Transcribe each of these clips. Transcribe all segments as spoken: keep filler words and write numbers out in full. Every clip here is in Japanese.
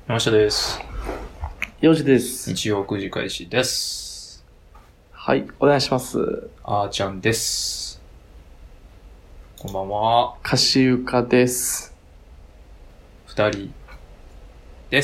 山下です。 よじです。 日曜くじ開始です。 はい、お願いします。 あーちゃんです。こんばんは。 かしゆかです。 二人です。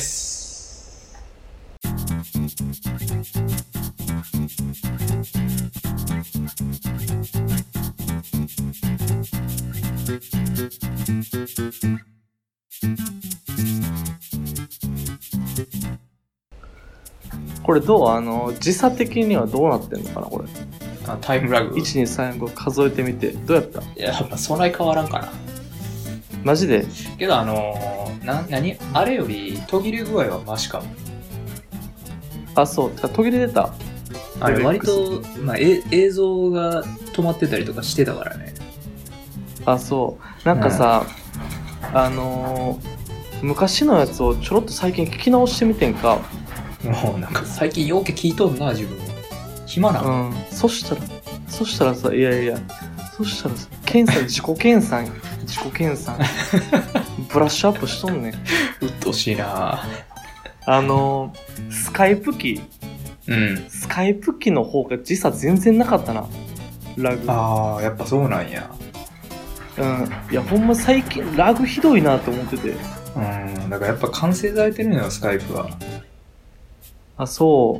これどうあの時差的にはどうなってんのかなこれ。 あ、タイムラグ。 いち、に、さん、ご数えてみてどうやった？ いや、やっぱそんなに変わらんかな。 マジで？ けどあのー、な、なにあれより途切れ具合はマシかも。 あ、そう。途切れてた。 あれ割と、まあ、え映像が止まってたりとかしてたからね。 あ、そう。なんかさ、うん、あのー、昔のやつをちょろっと最近聞き直してみてんか。 もうなんか最近ようけ聞いとんな、自分。暇なの。うん。そしたら、そしたらさ、いやいや、そしたらさ、検査、自己検査、自己検査。ブラッシュアップしとんねん。 うっとうしいな。 あのー、スカイプ機。 うん。 スカイプ機の方が時差全然なかったな。ラグ。 ああ、やっぱそうなんや。 うん。いや、ほんま最近、ラグひどいなと思ってて。 うん。だからやっぱ完成されてるのよ、スカイプは。 あ、そう。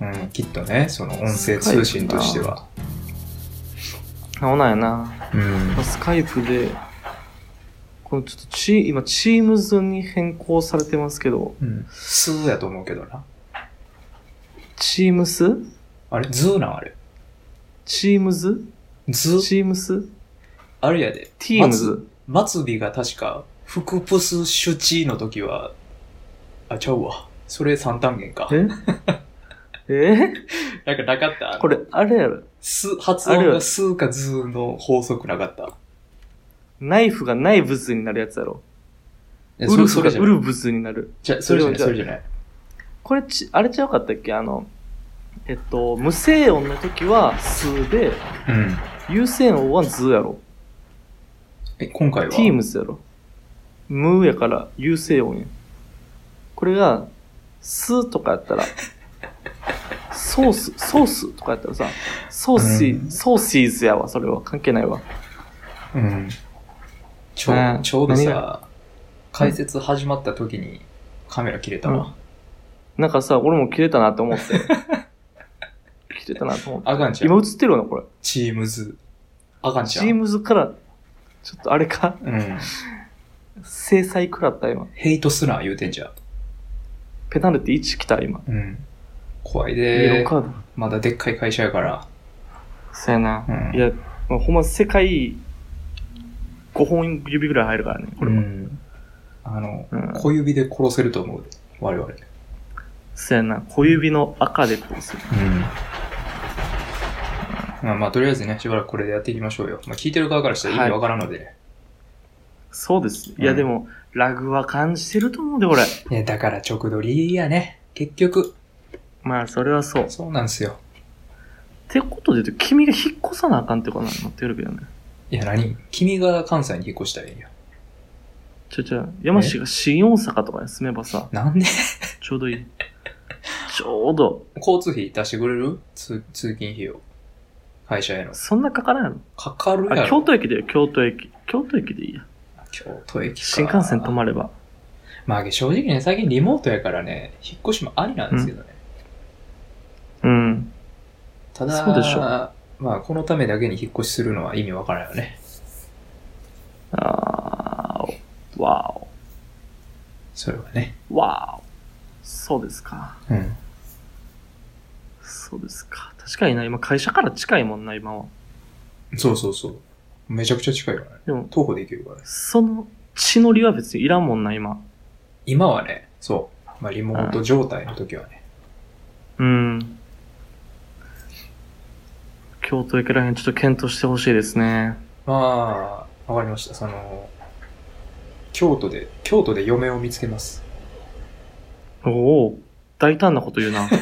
うん、きっとね、その音声通信としては。 そうなんやな。うん。スカイプで、このちょっとチ、今、チームズに変更されてますけど。 うん。スーやと思うけどな。 チームス？ あれズーなんあれ。 チームズ？ ズーチームス？ あれやで。 ティームズ。 末尾が確か、フクプスシュチの時は、あ、ちゃうわ。それ三単元か。 ええなんかなかったこれ、あれやろ。 ス、発音がスーかズーの法則なかった。 ナイフがないブズになるやつやろ。ウルフがウルブズになる。 じゃ、それじゃない、それじゃない。 これち、あれちゃうかったっけあの、えっと、無声音の時はスーで、うん。有声音はズーやろ。 え、今回はティームズやろ。ムーやから有声音や。これが、スーとかやったら、ソース、ソースとかやったらさ、ソーシー、うん、ソーシーズやわ、それは。関係ないわ。 うん。ちょうど、ちょうどさ、解説始まった時にカメラ切れたわ。 うん、なんかさ、俺も切れたなって思って。切れたなと思って。 あかんちゃん。 今映ってるよな、これ。 チームズ。あかんちゃん。 チームズから、ちょっとあれか。 うん。 制裁食らった、今。 ヘイトスナー言うてんじゃん。 ペナルティいち来た、今。 うん。怖いでー。イエローカード。まだでっかい会社やから。 そうやな。うん、いや、ほんま世界ごほん指ぐらい入るからね、これは。うん。 あの、うん、小指で殺せると思う。我々。 そうやな。小指の赤で殺せる。うん。 まあまあ、とりあえずね、しばらくこれでやっていきましょうよ。まあ、聞いてる側からしたら意味わからんのでね。はい、 そうです。いや、うん、でも、ラグは感じてると思うで、俺。いや、だから直撮りやね。結局。 まあ、それはそう。 そうなんですよ。 ってことで言うと、君が引っ越さなあかんってことなのってるけどね。 いや、何君が関西に引っ越したらいいよ。 ちょちょ、山氏が新大阪とかに住めばさ。 なんでちょうどいい。ちょうど。 交通費出してくれる通、通勤費用。会社への。 そんなかからないの？ かかるやろ。 あ、京都駅で京都駅。京都駅でいいや。 京都駅か。 新幹線止まれば。 まあ正直ね、最近リモートやからね、引っ越しもありなんですけどね。 うん。うん、 ただ、 そうでしょ。 まあこのためだけに引っ越しするのは意味わからないよね。 あー、わお。 それはね。 わお。そうですか。 うん。 そうですか。確かにな、今会社から近いもんな、今は。 そうそうそう。めちゃくちゃ近いからね。でも、徒歩で行けるからね。 その血のりは別にいらんもんな、今。 今はね、そう。まあ、リモート状態の時はね。 うん。京都駅らへんちょっと検討してほしいですね。 まあ、わかりました。その、京都で、京都で嫁を見つけます。 おお、大胆なこと言うな。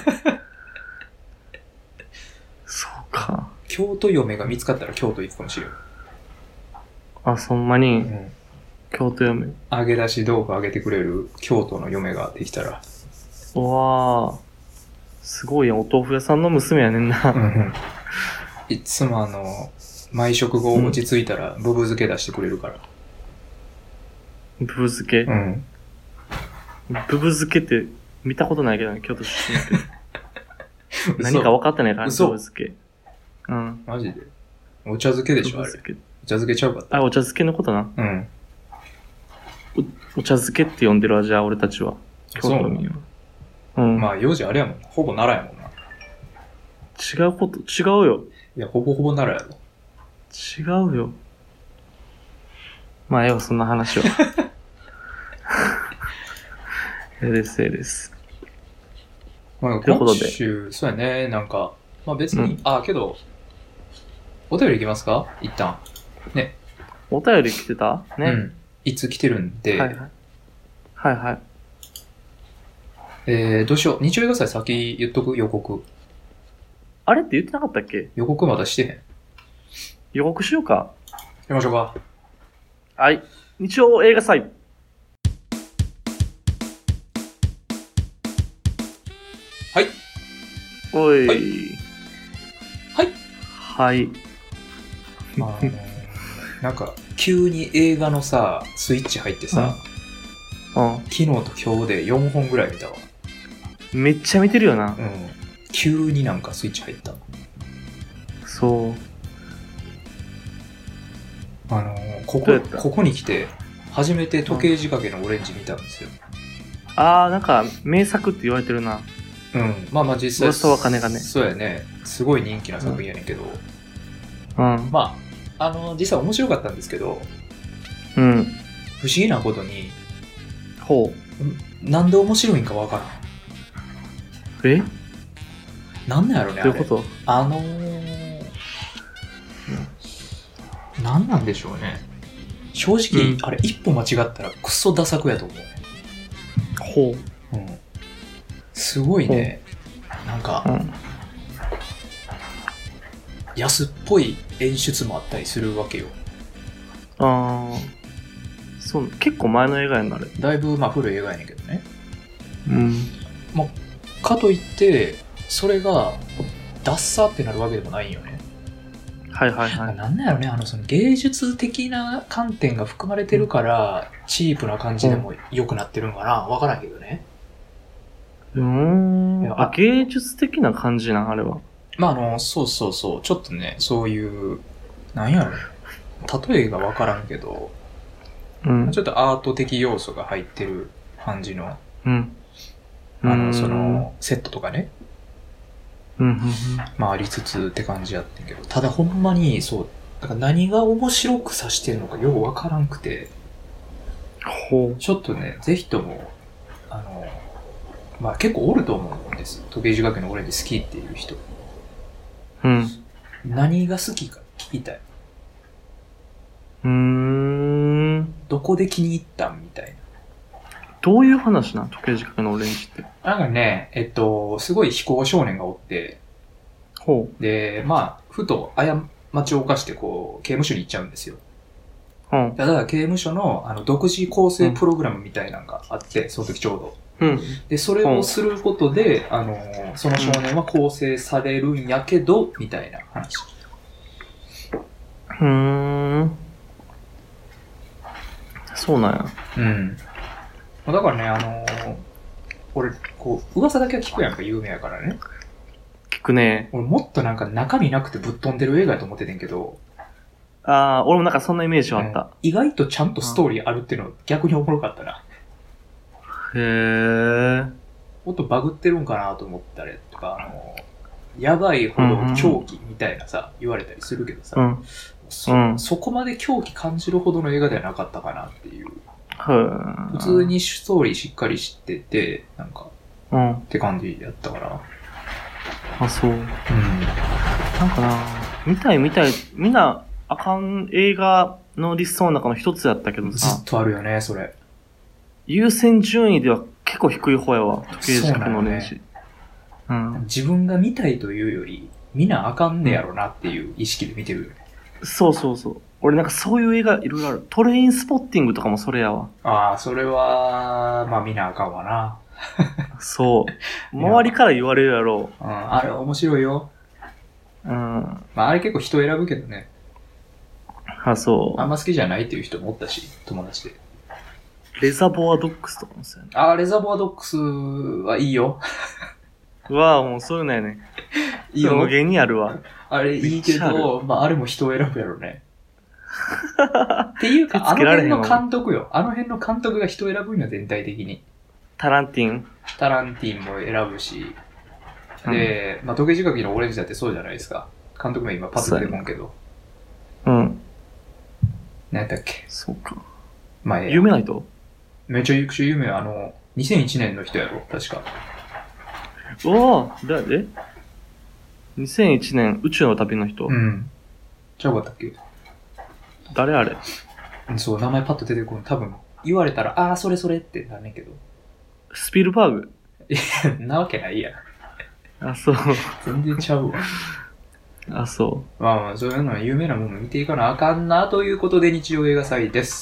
そうか。 京都嫁が見つかったら京都行くかもしれん。 あ、そんなに。 うん。 京都嫁。 揚げ出し豆腐揚げてくれる京都の嫁ができたら。 うわー。すごいやん。お豆腐屋さんの娘やねんな。 うん、いつもあの、毎食後落ち着いたら、ブブ漬け出してくれるから。 ブブ漬け、 うん。 ブブ漬けって見たことないけどね、京都出身だけど。何か分かってないからね、ブブ漬け。うん。 マジでお茶漬けでしょ、あれ。お茶漬けちゃうかった。 あ、お茶漬けのことな。 うん。 お, お茶漬けって呼んでるわ、じゃあ俺たちは。京都民は。うん。 まあ、用事あれやもん。ほぼ奈良やもんな。 違うこと、違うよ。 いや、ほぼほぼ奈良やろ。 違うよ。まあ、ええわ、そんな話は。ええです、ええです。 まあ、ということで。今週、そうやね、なんか、まあ別に、うん、あ、けど、お便りいきますか一旦。ね。 お便り来てたね。うん。 いつ来てるんで。 はいはい。はいはい。 えー、どうしよう。日曜映画祭先言っとく予告。 あれって言ってなかったっけ？ 予告まだしてへん。 予告しようか。 やりましょうか。 はい。日曜映画祭。 はい。 おい。 はい。はい。 はい。 あのー、なんか、急に映画のさ、スイッチ入ってさ、 うん、 昨日と今日でよんほんぐらい見たわ。 めっちゃ見てるよな。 うん。急になんかスイッチ入った。 そう。 あのー、ここ、ここに来て、初めて時計仕掛けのオレンジ見たんですよ。 うん、あー、なんか、名作って言われてるな。 うん。まあまあ実際。 噂は金がね。 そうやね。すごい人気な作品やねんけど。 うん。 まあ、あのー、実際面白かったんですけど、 うん。 不思議なことに、 ほう。なんで面白いんかわからん。 え？ なんなんやろね、あれ。 どういうこと？ あのー、なんなんでしょうね。正直、うん、あれ一歩間違ったらクソダサくやと思う。 ほう。うん。すごいね、なんか、うん、安っぽい演出もあったりするわけよ。 ああ。そう、結構前の映画やんな、あれ。 だいぶまあ古い映画やねんけどね。 うん。 まあ、かといって、それが、ダッサってなるわけでもないんよね。 はいはいはい。 なんなんやろね、あの、その芸術的な観点が含まれてるから、うん、チープな感じでも良くなってるのかな、わからんけどね。 うーん。あ、芸術的な感じな、あれは。 まあ、あの、そうそうそう、ちょっとね、そういう、なんやろ、例えがわからんけど、うん、ちょっとアート的要素が入ってる感じの、 うん、 あの、その、セットとかね。 うん、 まあ、ありつつって感じやってんけど、ただほんまに、そう、だから何が面白くさしてるのかようわからんくて、 ほう。 ちょっとね、ぜひとも、あの、まあ結構おると思うんです。時計仕掛けのオレンジ好きっていう人。 うん。 何が好きか聞きたい。 うーん。 どこで気に入ったんみたいな。 どういう話なん？時計仕掛けのオレンジって。 なんかね、えっと、すごい非行少年がおって、 ほう。で、まあ、ふと過ちを犯して、こう、刑務所に行っちゃうんですよ。 うん。 だから刑務所の、あの、独自構成プログラムみたいなのがあって、うん、その時ちょうど。 うん。 で、それをすることで、うん、あの、その少年は構成されるんやけど、うん、みたいな話。 うーん。そうなんや。 うん。だからね、あのー、俺、こう、噂だけは聞くやんか、有名やからね。 聞くね。 俺もっとなんか中身なくてぶっ飛んでる映画やと思っててんけど。 ああ、俺もなんかそんなイメージはあった。うん、 意外とちゃんとストーリーあるっていうの逆におもろかったな。 へー。 もっとバグってるんかなと思ったりとか、あのー、やばいほど狂気みたいなさ、言われたりするけどさ、 うん、 そ, うん、 そこまで狂気感じるほどの映画ではなかったかなっていう。 普通にストーリーしっかり知ってて、なんか、 うん、 って感じやったから。 あ、そう。うん。 なんかな、見たい見たい、みんなあかん映画のリストの中の一つやったけどさ。 ずっとあるよね、それ。 優先順位では結構低い方やわ、時計仕掛けのオレンジ。うん。 自分が見たいというより、見なあかんねやろなっていう意識で見てるよね。 そうそうそう。 俺なんかそういう映画いろいろある。トレインスポッティングとかもそれやわ。 ああ、それは、まあ見なあかんわな。 そう。周りから言われるやろう。うん、あれ面白いよ。 うん。 まああれ結構人選ぶけどね。 あ、そう。 あんま好きじゃないっていう人もおったし、友達で。 レザボアドックスとかもそうやね。 ああ、レザボアドックスはいいよ。 うわぁ、もうそういうのやね。 いいよ。 無限にあるわ。 あれいいけど、あまああれも人を選ぶやろね。っていうか、あの辺の監督よ。あの辺の監督が人を選ぶんよ、全体的に。 タランティンタランティンも選ぶし。で、うん、まあ、時計仕掛けのオレンジだってそうじゃないですか。監督名今パッと出てこんけど。 うん。 何やったっけ。 そうか。 まあ、ええ。 有名な人？ めっちゃ有名、あの、にせんいちねんの人やろ、確か。 うわぁ、誰で ?にせんいち 年宇宙の旅の人。 うん。ちゃうかったっけ？ 誰あれ？ そう、名前パッと出てこん。多分、言われたら、ああ、それそれってなんねんけど。 スピルバーグ？ いや、なわけないやん。 あ、そう。 全然ちゃうわ。 あ、そう。 まあまあ、そういうのは有名なもの見ていかなあかんなということで、日曜映画祭です。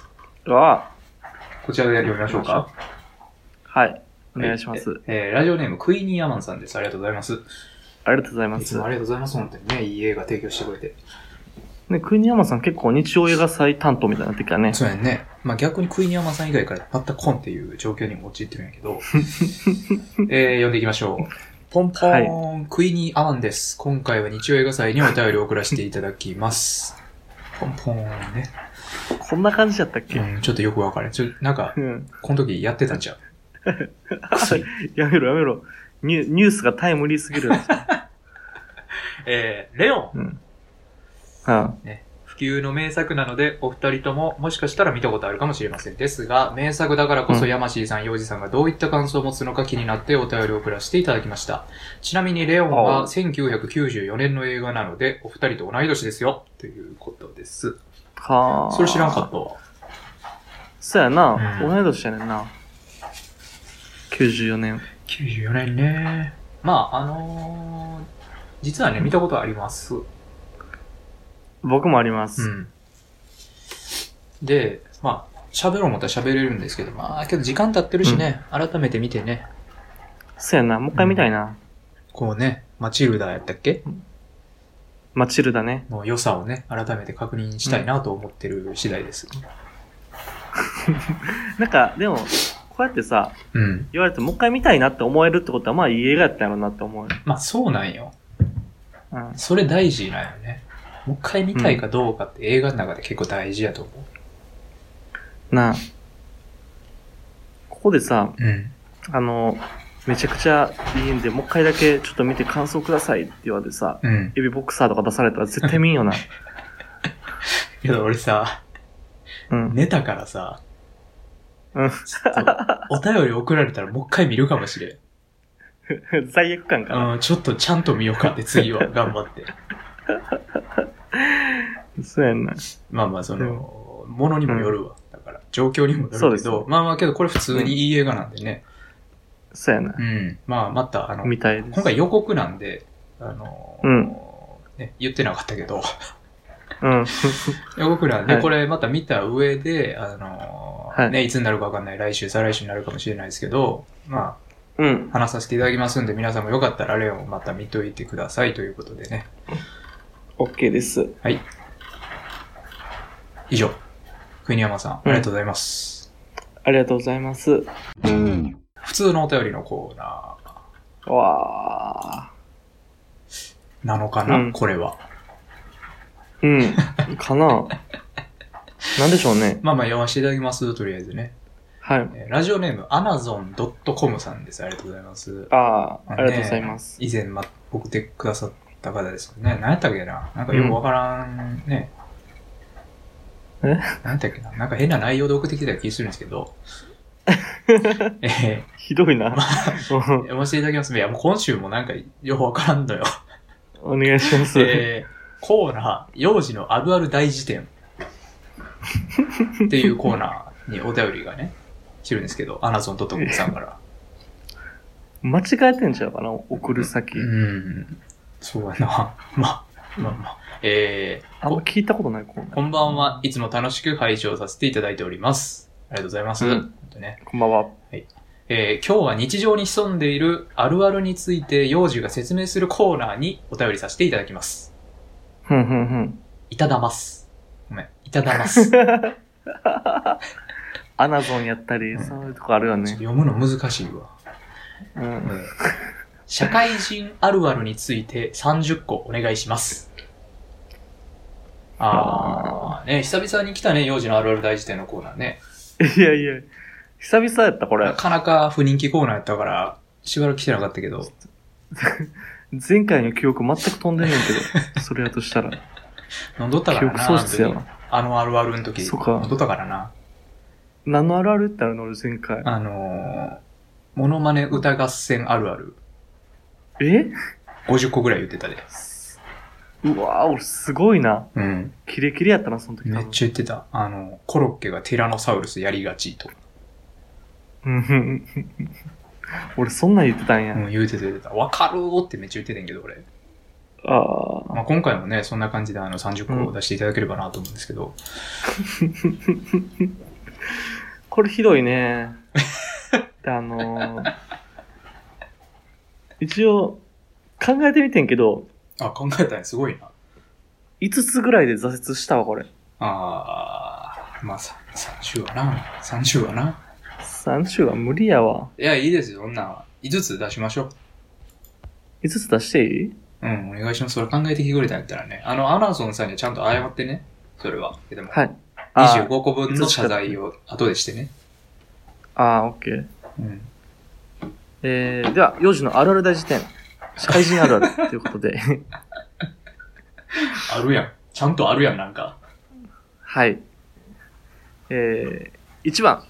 わあ。 こちらで読みましょうか。 はい。お願いします。 えー、ラジオネーム、クイニーアマンさんです。ありがとうございます。 ありがとうございます。 いつもありがとうございます。本当にね、いい映画提供してくれて。 ね、クイニーアマンさん結構日曜映画祭担当みたいになってきたね。 そうやんね。まあ逆にクイニーアマンさん以外から全くコンっていう状況にも陥ってるんやけど。えー、読んでいきましょう。ポンポーン、はい、クイニーアマンです。今回は日曜映画祭にお便りを送らせていただきます。ポンポーンね。 こんな感じだったっけ？ うん、ちょっとよくわかる。ちょ、なんか、うん、この時やってたんちゃうやめろやめろ。ニュニュースがタイムリーすぎるんですよ。 えー、レオン、 うんはあね、不朽の名作なので、お二人とももしかしたら見たことあるかもしれません。ですが、名作だからこそ、ヤマシーさん、ヨウジさんがどういった感想を持つのか気になってお便りを送らせていただきました。ちなみに、レオンはせんきゅうひゃくきゅうじゅうよねんの映画なので、お二人と同い年ですよ。ということです。 はあ。 それ知らんかったわ。 そうやな。うん、同い年やねんな。きゅうじゅうよねん。 きゅうじゅうよねんね。まあ、あのー、実はね、見たことあります。 僕もあります。 うん。で、まあ、喋ろう思ったら喋れるんですけど、まあ、けど時間経ってるしね、うん、改めて見てね。 そうやな、もう一回見たいな。 うん、こうね、マチルダやったっけ？ マチルダね。 の良さをね、改めて確認したいなと思ってる次第です。 うん、なんか、でも、こうやってさ、 うん、 言われてもう一回見たいなって思えるってことは、まあいい映画やったんやろうなって思う。 まあそうなんよ。 うん。 それ大事なんよね。もう一回見たいかどうかって映画の中で結構大事やと思う。なあ。ここでさ、 うん、 あの、めちゃくちゃいいんで、もう一回だけちょっと見て感想くださいって言われてさ、 うん、 エビボクサーとか出されたら絶対見んよな。 けど俺さ、うん、寝たからさ、 うん、 ちょっとお便り送られたらもう一回見るかもしれん。罪悪感かな。 うん、ちょっとちゃんと見ようかって次は頑張って。 そうやんな。 まあまあその、ものにもよるわ。だから、状況にもよるけど、まあまあけどこれ普通にいい映画なんでね。 そうやな。 うん。まあまた、あの、 見たいです。 今回予告なんで、あの、 うん、 ね、言ってなかったけど、 うん、 予告なんで、はい、これまた見た上で、あの、 はい、 ね、いつになるかわかんない、来週、再来週になるかもしれないですけど、まあ、 うん、 話させていただきますんで、皆さんもよかったらレオンをまた見といてくださいということでね。 OK です。 はい。以上、国山さん、ありがとうございます。 うん、ありがとうございます。 うん、普通のお便りのコーナー。わー。なのかな、うん、これは。 うん。かななんでしょうね。 まあまあ読ませていただきます、とりあえずね。 はい。 ラジオネーム、アマゾンドットコム さんです。ありがとうございます。 ああ、ありがとうございます。 以前、ま、送ってくださった方ですよね。何やったっけななんかよくわからんね。 うん、え何やったっけななんか変な内容で送ってきた気するんですけど。 えー、ひどいな。 まあ、読ませていただきます。いや、もう今週もなんかよくわからんのよ。 お願いします。 えーコーナー、幼児のあるある大辞典っていうコーナーにお便りがね、来るんですけど、アナゾンドットコムさんから。 間違えてんちゃうかな送る先。 うん。そうやな。まあ、まあまあ。 えー、 あんま聞いたことないコーナー。 こんばんは。いつも楽しく拝聴させていただいております。ありがとうございます。 うん本当ね。 こんばんは。 はい。えー、今日は日常に潜んでいるあるあるについて幼児が説明するコーナーにお便りさせていただきます。 ふんふんふん。 いただます。ごめん。いただます。 アマゾンやったり、うん、そういうとこあるよね。 読むの難しいわ。うん。社会人あるあるについてさんじゅっこお願いします。あー、ね、久々に来たね、幼児のあるある大辞典のコーナーね。 いやいや、久々やったこれ。 なかなか不人気コーナーやったから、しばらく来てなかったけど。 前回の記憶全く飛んでんねんけど、それやとしたら。 飲んどったからな。 記憶喪失やな。 あのあるあるの時。 そうか。 飲んどったからな。 何のあるあるってあるの俺前回。 あのー、モノマネ歌合戦あるある。 え ? ごじゅっこぐらい言ってたで。 うわぁ、俺すごいな。 うん。 キレキレやったな、その時。 めっちゃ言ってた。あの、コロッケがティラノサウルスやりがちとか。 うん。俺そんなん言ってたんや。 うん、言うてた言うてた。わかるーってめっちゃ言ってたんけど、俺。 ああ。 まあ今回もね、そんな感じであのさんじゅっこ出していただければなと思うんですけど。 うん、これひどいね。あのー、一応考えてみてんけど。 あ、考えたね。すごいな。 いつつぐらいで挫折したわ、これ。 あー、まあさんじゅうはな。さんじゅうはな。 さんじゅうは無理やわ。 いや、いいですよ、そんなんは。いつつ出しましょう。 いつつ出していい？ うん、お願いします。それ考えてきてくれたんやったらね。あの、アナソンさんにはちゃんと謝ってね。それは。でも、 はい。 にじゅうごこぶんの謝罪を後でしてね。 あー、オッケー。 うん。 えー、では、幼児のあるある大辞典。社会人あるあるということで。 あるやん。ちゃんとあるやん、なんか。 はい。えー、いちばん。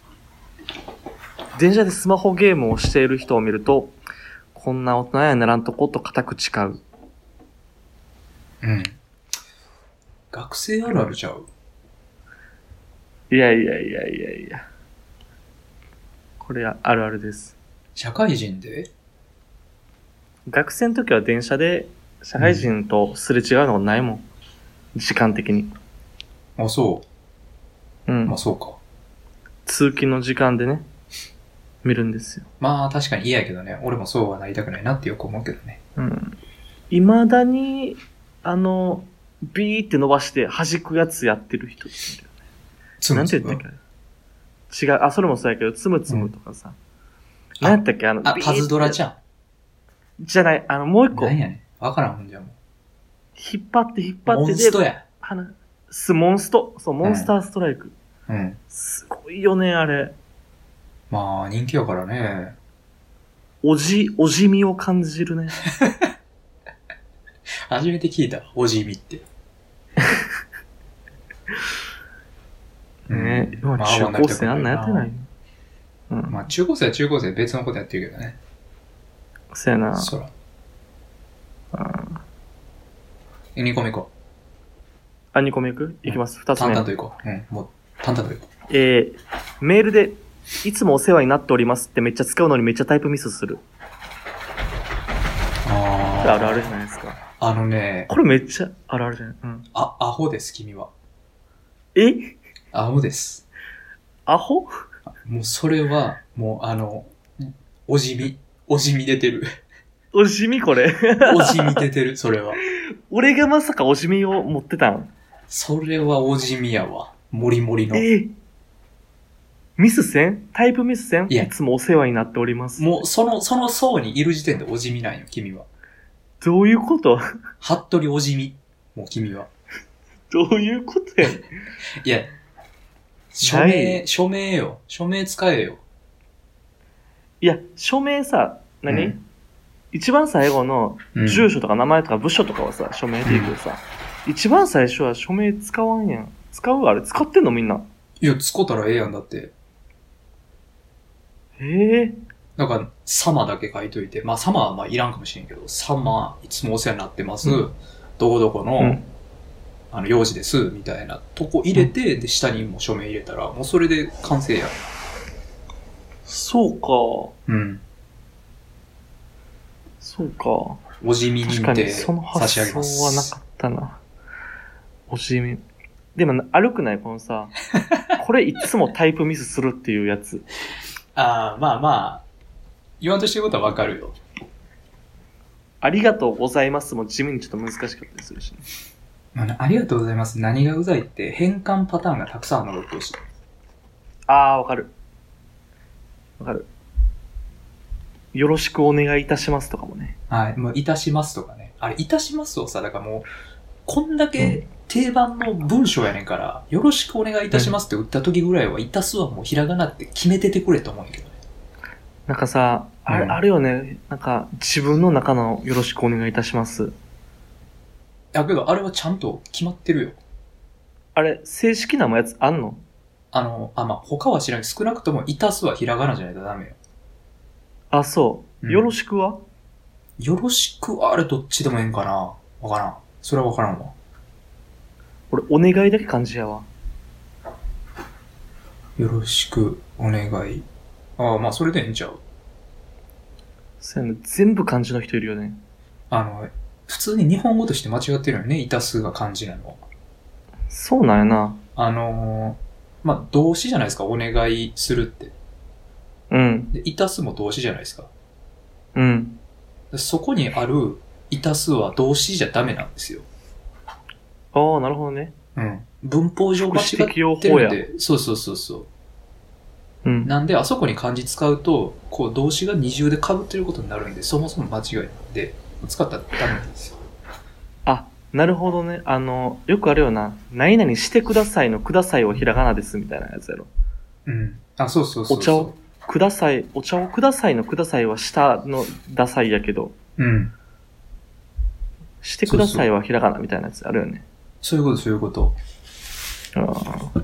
電車でスマホゲームをしている人を見ると、こんな大人やならんとこと固く誓う。 うん。学生あるあるちゃう？ いやいやいやいやいや。これはあるあるです。 社会人で？ 学生の時は電車で社会人とすれ違うのがないもん。うん、時間的に。 あ、そう。 うん。 まあそうか。 通勤の時間でね、見るんですよ。 まあ確かに嫌やけどね。俺もそうはなりたくないなってよく思うけどね。 うん。未だに、あの、ビーって伸ばして弾くやつやってる人っているよね。 つむつむ。 なんて言ったっけ？違う。あ、それもそうやけど、つむつむとかさ。うん、なんやったっけあの、 あ、パズドラちゃん。 じゃない。あの、もう一個。 何やねん。わからんもんじゃもう。 引っ張って引っ張ってで。モンストや。 す、モンスト。そう、モンスターストライク。 うん。 すごいよね、あれ。 まあ、人気やからね。 おじ、おじみを感じるね。 初めて聞いた。おじみって。 ねえ、今中高生あんなやってないの、うん、まあ中高生は中高生別のことやってるけどね。 そうやな。 そら。うん。にこめいこう。 あ、にこめいく？いきます。ふたつめ。 淡々といこう。うん。もう、淡々といこう。 えー、メールで、いつもお世話になっておりますってめっちゃ使うのにめっちゃタイプミスする。 ああ。あるあるじゃないですか。 あのね。 これめっちゃあるあるじゃない。うん。 あ、アホです、君は。 え？ アホです。 アホ？ もうそれは、もうあの、おじみ、おじみ出てる。 おじみこれ。 おじみ出てる、それは。 俺がまさかおじみを持ってたん？ それはおじみやわ。もりもりの。 えー、ミスせん？タイプミスせん？いや。いつもお世話になっております。 もう、その、その層にいる時点でおじみなんよ、君は。 どういうこと？ 服部おじみ。もう君は。 どういうことやねん。 いや、署名、署名よ。署名使えよ。 いや、署名さ、何、うん、一番最後の住所とか名前とか部署とかはさ、署名でいいけどさ、うん、一番最初は署名使わんやん。使う？あれ使ってんのみんな。 いや、使ったらええやんだって。 へえ。 なんか、サマだけ書いといて。まあ、サマはまあいらんかもしれんけど、サマ、いつもお世話になってます。うん、どこどこの、うん、あの、用事です、みたいなとこ入れて、うん、で、下にも署名入れたら、もうそれで完成やん。 そうか。 うん。 そうか。 おじみ認定確かに、その差し上げま発想はなす。 かったな。おじみ。でも、悪くないこのさ、これいつもタイプミスするっていうやつ。 ああ、まあまあ、言わんとしてることはわかるよ。 ありがとうございますも地味にちょっと難しかったりするし、ね。 あのありがとうございます。何がうざいって変換パターンがたくさんあるのがうっとうしい。 ああ、わかる。わかる。よろしくお願いいたしますとかもね。 はい。もう、いたしますとかね。あれ、いたしますをさ、だからもう、こんだけ定番の文章やねんから、よろしくお願いいたしますって打った時ぐらいは、いたすはもうひらがなって決めててくれと思うんやけどね。 なんかさ、あれ、 うんあるよね。なんか、自分の中のよろしくお願いいたします。 だけど、あれはちゃんと決まってるよ。 あれ、正式なやつあんの？ あの、あ、まあ、他は知らない。少なくとも、いたすはひらがなじゃないとダメよ。 あ、そう。 うんよろしくは？ よろしくはあれどっちでもええんかなわからん。それはわからんわ。 俺、お願いだけ漢字やわ。 よろしくお願い。ああ、まあ、それでええんちゃう。 そうやね。全部漢字の人いるよね。 あの、普通に日本語として間違ってるよね。いたすが漢字なのは。 そうなんやな。 あのー、まあ、動詞じゃないですか。お願いするって。 うん。 で、いたすも動詞じゃないですか。 うん。 でそこにあるいたすは動詞じゃダメなんですよ。 ああ、なるほどね。 うん。文法上間違って適用法やるんで。そうそうそうそう。 うん。 なんで、あそこに漢字使うと、こう、動詞が二重で被ってることになるんで、そもそも間違いなんで、使ったらダメなんですよ。 あ、なるほどね。あの、よくあるよな。何々してくださいのくださいはひらがなですみたいなやつやろ。 うん。あ、そうそうそうそう。 お茶をください、お茶をくださいのくださいは下のダサいやけど、 うん。 してくださいはひらがなみたいなやつあるよね。 そういうこと、そういうこと。 あー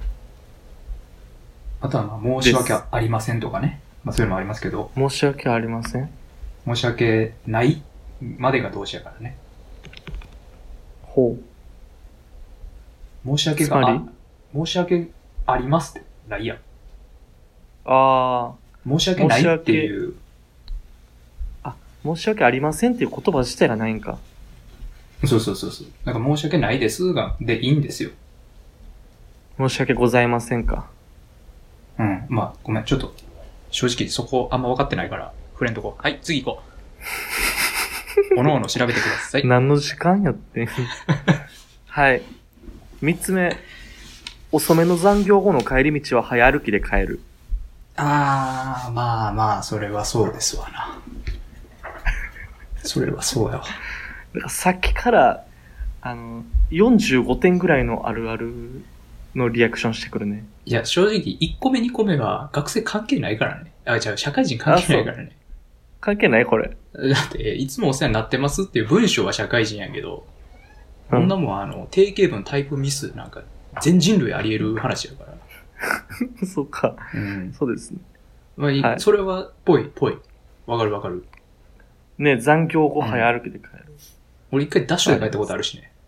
あとは、まあ、申し訳ありませんとかね。まあ、そういうのもありますけど、 申し訳ありません。 申し訳ないまでが動詞やからね。 ほ申し訳が、 つまりあ申し訳ありますってないやん。 う。あ申し訳ないっていう、 あ、申し訳ありませんっていう言葉自体がないんか。 そうそうそうそう。なんか申し訳ないですが、でいいんですよ。 申し訳ございませんか。 うん。まあ、ごめん、ちょっと、正直そこあんま分かってないから、触れんとこ。はい、次行こう。おのおの調べてください。 何の時間やってんはい。三つ目。遅めの残業後の帰り道は早歩きで帰る。 あー、まあまあ、それはそうですわな。それはそうやわ。 だからさっきから、あの、よんじゅうごてんぐらいのあるあるのリアクションしてくるね。 いや、正直、いっこめにこめは学生関係ないからね。あ、じゃあ社会人関係ないからね。 関係ないこれ。 だって、いつもお世話になってますっていう文章は社会人やけど、 うんこんなもん、あの、定型文タイプミスなんか、全人類あり得る話やから。 そうか。 うん。 そうですね。 まあいい、 はいそれは、ぽい、ぽい。わかるわかる。 ね、残業後早歩きで帰る。 俺一回ダッシュで帰ったことあるしね。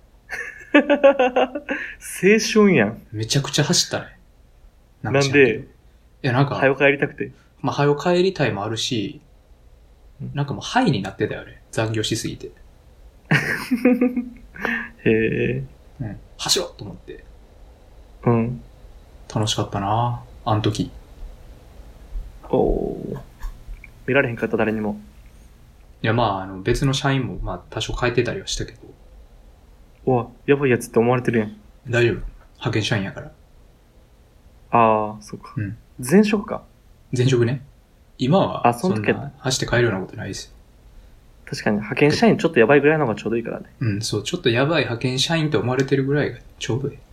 青春やん。 めちゃくちゃ走ったね。 なん知らけどいで、 や、なんか、 早く帰りたくて。 まあ、早帰りたいもあるしうん、 なんかもう、ハイになってたよね。残業しすぎて。 へえ。 うん。走ろうと思って。 うん。 楽しかったなあの時。 おー。見られへんかった誰にも。 いや、まあ、あの、別の社員も、まあ、多少変えてたりはしたけど、 うわ、やばいやつって思われてるやん。 大丈夫。派遣社員やから。 ああ、そうか。 うん。 前職か。 前職ね。今は、 あその時んな走って帰るようなことないですよ。 確かに派遣社員ちょっとやばいぐらいの方がちょうどいいからね。 うん、そう、ちょっとやばい派遣社員と思われてるぐらいがちょうどいい。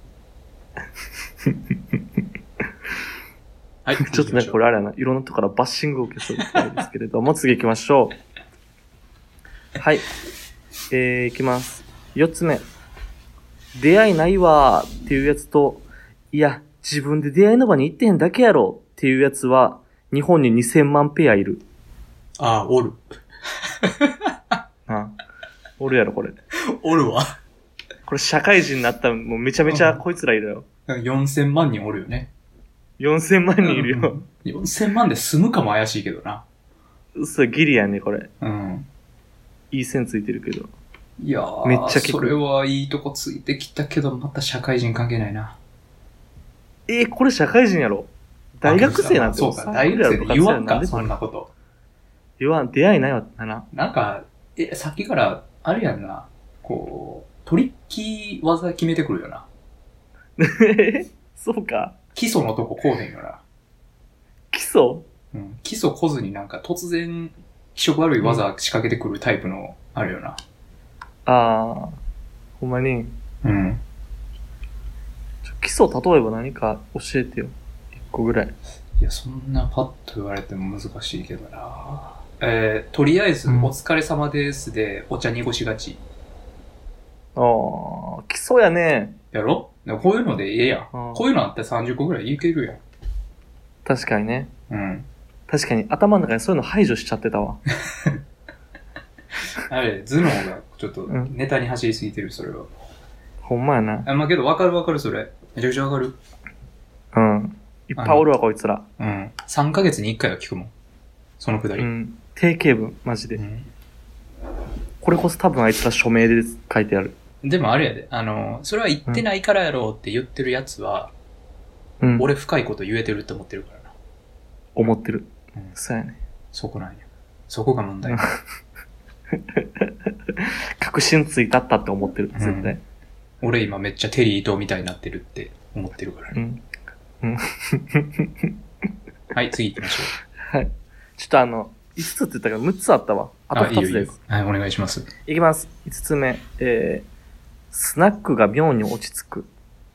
はい。 ちょっとね、これあれやな、いろんなとこからバッシングを受けそうなんですけれども、次行きましょう。はい。えー、行きます。四つ目。出会いないわーっていうやつと、いや、自分で出会いの場に行ってへんだけやろっていうやつは、日本ににせんまんペアいる。 ああ、おる。 ああおるやろ、これ。 おるわ。 これ社会人になったらもうめちゃめちゃこいつらいるよ。 よんせんまん人おるよね。 よんせんまん人いるよ。 よんせんまんで済むかも怪しいけどな。 そう、ギリやね、これ。 うん。 いい線ついてるけど。 いやー、 めっちゃ聞くそれはいいとこついてきたけど、また社会人関係ないな。 えー、これ社会人やろ。大学生なんてそうか、大学生で言わんか、そんなこと。 言わん、出会いないわってな。 なんか、え、さっきから、あれやんな、こう、トリッキー技決めてくるよな。 そうか。 基礎のとここうへんよな。 基礎うん。基礎こずになんか突然、気色悪い技仕掛けてくるタイプの、あるよな。 ああ、ほんまに。 うん。 基礎、例えば何か教えてよ。一個ぐらい。 いや、そんなパッと言われても難しいけどな。えー、とりあえず、お疲れ様ですで、お茶濁しがち。 ああ、基礎やね。 やろ？こういうのでええやん。こういうのあってさんじゅっこぐらいいけるやん。 確かにね。 うん。 確かに頭の中にそういうの排除しちゃってたわ。 あれ、頭脳がちょっとネタに走りすぎてる、それは。 ほんまやな。 あ、まあ、けど分かる分かる、それ。めちゃくちゃ分かる。 うん。いっぱいおるわ、こいつら。 うん。さんかげつにいっかいは聞くもん。そのくだり。 うん。定型文、マジで。 うん、 これこそ多分あいつら署名で書いてある。 でもあれやで、あの、それは言ってないからやろうって言ってるやつは、うん、俺深いこと言えてるって思ってるからな。 思ってる。 うん。 そうやね。 そこなんや。そこが問題。 確信ついたったって思ってる、絶対。うん、 俺今めっちゃテリー伊藤みたいになってるって思ってるからね。うん。うん、はい、次行きましょう。はい。ちょっとあの、いつつって言ったからむっつあったわ。あとふたつです。いいよいいよ。 はい、お願いします。 いきます。いつつめ。えー、スナックが妙に落ち着く。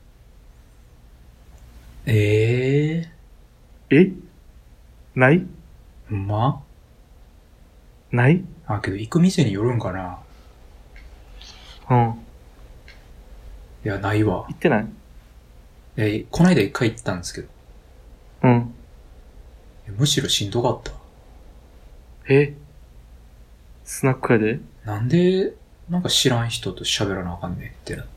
えー、えないほんまないあ、けど行く店によるんかな。 うん。 いや、ないわ。 行ってないえー、こないだ一回行ったんですけど。 うん。 むしろしんどかった。 えスナックやでなんで、なんか知らん人と喋らなあかんねんってなった。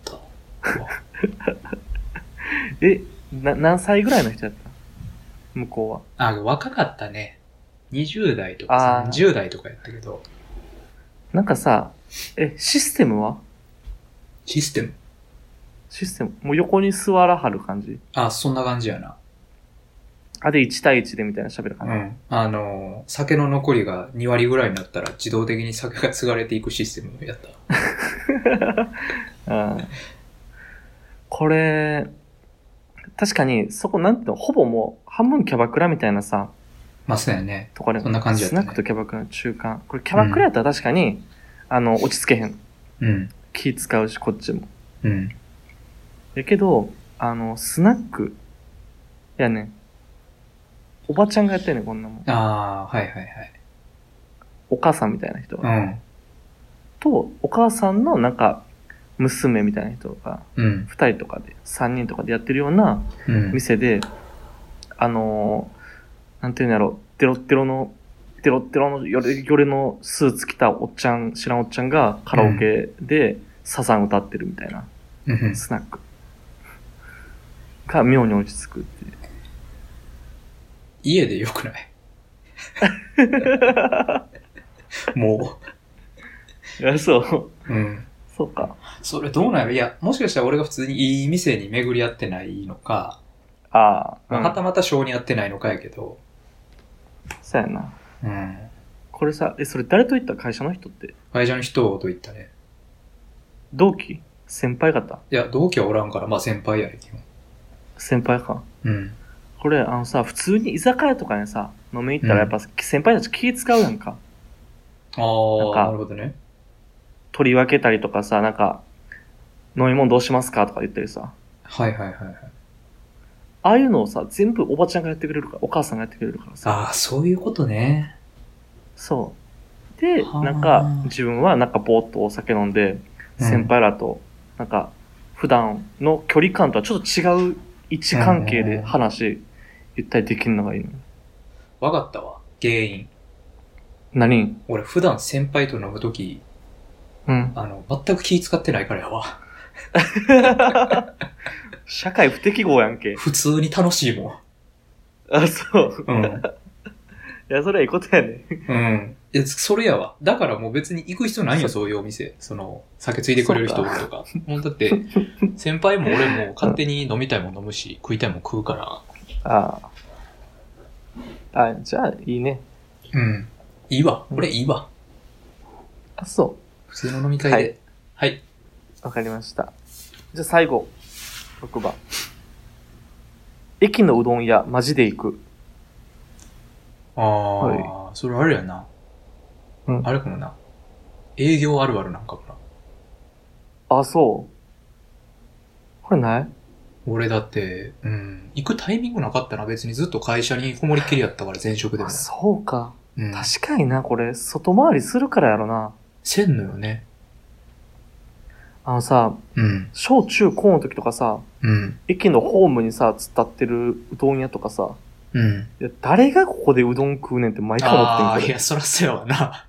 え、な、何歳ぐらいの人やった向こうは。あ、若かったね。にじゅう代とかさんじゅう代とかやったけど。 なんかさ、え、システムはシステムシステムもう横に座らはる感じあ、そんな感じやな。 あ、でいち対いちでみたいな喋る感じ。 うん。あの、酒の残りがに割ぐらいになったら自動的に酒が継がれていくシステムをやった。 あこれ、確かに、そこなんていうの、ほぼもう半分キャバクラみたいなさ。 まあそうやね。 とこでそんな感じやったね。 スナックとキャバクラの中間。これキャバクラやったら確かに、うん、あの、落ち着けへん。 うん。 気使うし、こっちも。 うん。 やけど、あの、スナック、やねん。おばちゃんがやってんねん、こんなもん。 ああ、はいはいはい。 お母さんみたいな人が。 うん。 と、お母さんのなんか、娘みたいな人が、 うん。 二人とかで、三人とかでやってるような店で、うん、あのー、なんていうんやろ、テロッテロの、テロッテロのよれよれのスーツ着たおっちゃん、知らんおっちゃんがカラオケでサザン歌ってるみたいな、 うん、 スナックが妙に落ち着くっていう。 家でよくないもう。いや、そう。 うん。 そうか。 それどうなんやろいや、もしかしたら俺が普通にいい店に巡り合ってないのか、 ああ、 うん、はたまた性に合ってないのかやけど。 そうやな。 うん。 これさ、え、それ誰と行った会社の人って？ 会社の人と言ったね。 同期？先輩方？ いや、同期はおらんから、まあ先輩やね、基本。 先輩か。 うん。 これ、あのさ、普通に居酒屋とかにさ、飲み行ったらやっぱ、うん、先輩たち気使うやんか。 ああ、なるほどね。 取り分けたりとかさ、なんか、飲み物どうしますかとか言ったりさ。 はいはいはいはい。 ああいうのをさ、全部おばちゃんがやってくれるから、お母さんがやってくれるからさ。 ああ、そういうことね。 そう。で、なんか、自分はなんかぼーっとお酒飲んで、先輩らと、なんか、普段の距離感とはちょっと違う位置関係で話、言ったりできるのがいいの。 わかったわ。原因。 何？ 俺普段先輩と飲むとき、 うん。 あの、全く気使ってないからやわ。 社会不適合やんけ。 普通に楽しいもん。 あ、そう。 うん。 や、それはいいことやね。 うん。いや、それやわ。だからもう別に行く必要ないよ、そういうお店。その、酒ついてくれる人おるとか。もうだって、先輩も俺も勝手に飲みたいもん飲むし、食いたいもん食うから。 ああ。あ、じゃあ、いいね。 うん。いいわ。俺いいわ。 あ、そ普通の飲み会で。はい。はい、 わかりました。じゃあ最後。ろくばん。駅のうどん屋、マジで行く。 ああ、はい、それあれやな。うん。あれかもな。営業あるあるなんかもな。あ、そう。これない？ 俺だって、うん。行くタイミングなかったな。別にずっと会社にこもりっきりやったから、前職でも。 そうか。うん、確かにな、これ、外回りするからやろな。 せんのよね。 あのさ、うん。小中高の時とかさ、うん。駅のホームにさ、突っ立ってるうどん屋とかさ、うん。いや、誰がここでうどん食うねんって毎回思ってんけど。ああ、 いや、そらそうやわな。